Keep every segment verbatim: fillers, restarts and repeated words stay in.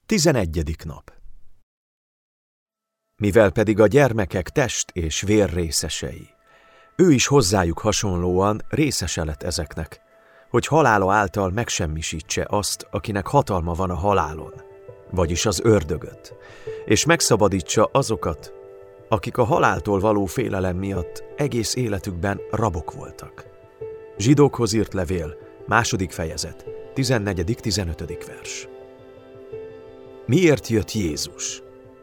Tizenegyedik nap. Mivel pedig a gyermekek test és vér részesei, ő is hozzájuk hasonlóan részese lett ezeknek, hogy halála által megsemmisítse azt, akinek hatalma van a halálon, vagyis az ördögöt, és megszabadítsa azokat, akik a haláltól való félelem miatt egész életükben rabok voltak. Zsidókhoz írt levél, második fejezet, tizennegyedik-tizenötödik vers. Miért jött Jézus?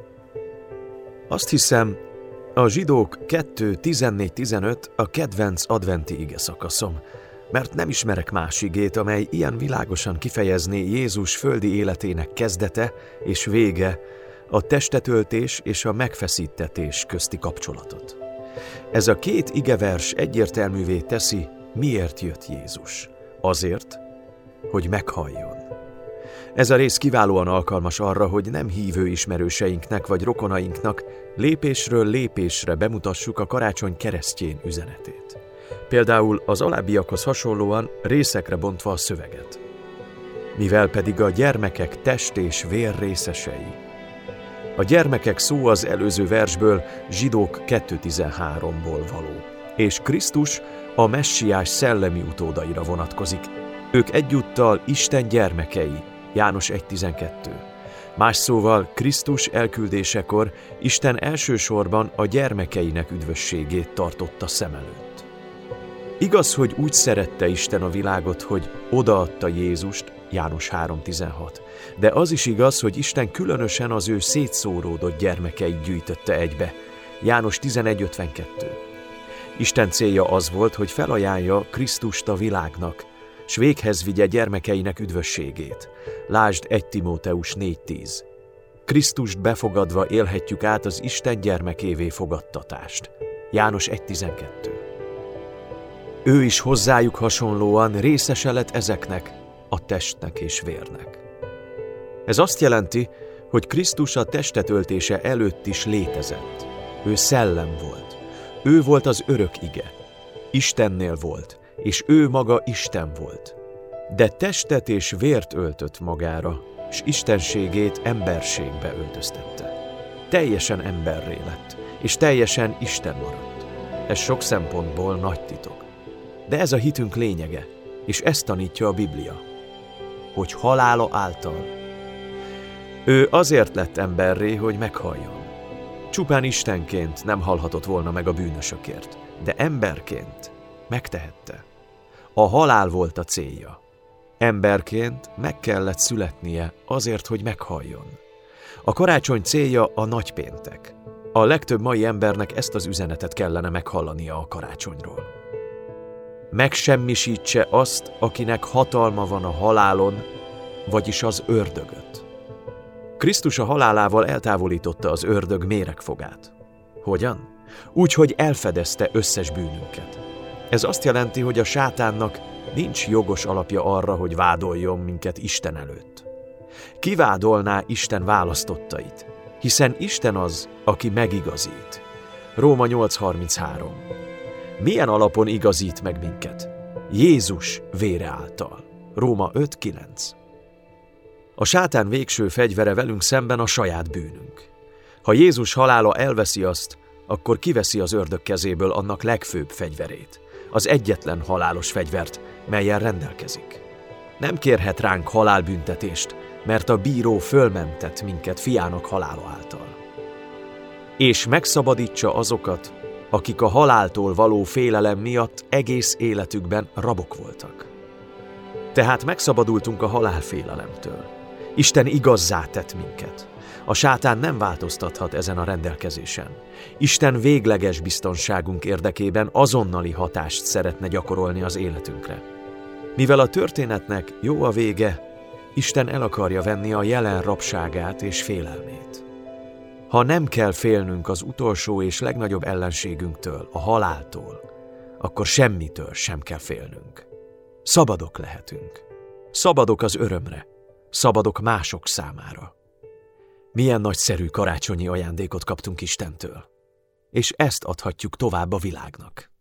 Azt hiszem, a Zsidók kettő tizennégy-tizenöt a kedvenc adventi ige szakaszom, mert nem ismerek más igét, amely ilyen világosan kifejezné Jézus földi életének kezdete és vége, a testetöltés és a megfeszítetés közti kapcsolatot. Ez a két igevers egyértelművé teszi, miért jött Jézus. Azért, hogy meghalljon. Ez a rész kiválóan alkalmas arra, hogy nem hívő ismerőseinknek vagy rokonainknak lépésről lépésre bemutassuk a karácsony keresztjén üzenetét. Például az alábbiakhoz hasonlóan részekre bontva a szöveget. Mivel pedig a gyermekek test és vér részesei. A gyermekek szó az előző versből, Zsidók kettő tizenháromból való, és Krisztus a messiás szellemi utódaira vonatkozik. Ők egyúttal Isten gyermekei, János egy tizenkettő. Más szóval Krisztus elküldésekor Isten elsősorban a gyermekeinek üdvösségét tartotta szem előtt. Igaz, hogy úgy szerette Isten a világot, hogy odaadta Jézust, János három tizenhat, de az is igaz, hogy Isten különösen az ő szétszóródott gyermekeit gyűjtötte egybe, János tizenegy ötvenkettő. Isten célja az volt, hogy felajánlja Krisztust a világnak, s véghez vigye gyermekeinek üdvösségét. Lásd egy Timóteus négy tíz. Krisztust befogadva élhetjük át az Isten gyermekévé fogadtatást. János egy tizenkettő. Ő is hozzájuk hasonlóan részese lett ezeknek, a testnek és vérnek. Ez azt jelenti, hogy Krisztus a testet öltése előtt is létezett. Ő szellem volt. Ő volt az örök ige. Istennél volt, és ő maga Isten volt. De testet és vért öltött magára, s istenségét emberségbe öltöztette. Teljesen emberré lett, és teljesen Isten maradt. Ez sok szempontból nagy titok. De ez a hitünk lényege, és ezt tanítja a Biblia, hogy halála által. Ő azért lett emberré, hogy meghalljon. Csupán Istenként nem halhatott volna meg a bűnösökért, de emberként megtehette. A halál volt a célja. Emberként meg kellett születnie azért, hogy meghalljon. A karácsony célja a nagypéntek. A legtöbb mai embernek ezt az üzenetet kellene meghallania a karácsonyról. Megsemmisítse azt, akinek hatalma van a halálon, vagyis az ördögöt. Krisztus a halálával eltávolította az ördög méregfogát. Hogyan? Úgy, hogy elfedezte összes bűnünket. Ez azt jelenti, hogy a sátánnak nincs jogos alapja arra, hogy vádoljon minket Isten előtt. Ki vádolná Isten választottait, hiszen Isten az, aki megigazít. Róma nyolc harminchárom. Milyen alapon igazít meg minket? Jézus vére által. Róma öt kilenc. A sátán végső fegyvere velünk szemben a saját bűnünk. Ha Jézus halála elveszi azt, akkor kiveszi az ördög kezéből annak legfőbb fegyverét, az egyetlen halálos fegyvert, melyen rendelkezik. Nem kérhet ránk halálbüntetést, mert a bíró fölmentett minket fiának halála által. És megszabadítsa azokat, akik a haláltól való félelem miatt egész életükben rabok voltak. Tehát megszabadultunk a halálfélelemtől. Isten igazzá tett minket. A sátán nem változtathat ezen a rendelkezésen. Isten végleges biztonságunk érdekében azonnali hatást szeretne gyakorolni az életünkre. Mivel a történetnek jó a vége, Isten el akarja venni a jelen rabságát és félelmét. Ha nem kell félnünk az utolsó és legnagyobb ellenségünktől, a haláltól, akkor semmitől sem kell félnünk. Szabadok lehetünk. Szabadok az örömre. Szabadok mások számára. Milyen nagyszerű karácsonyi ajándékot kaptunk Istentől, és ezt adhatjuk tovább a világnak.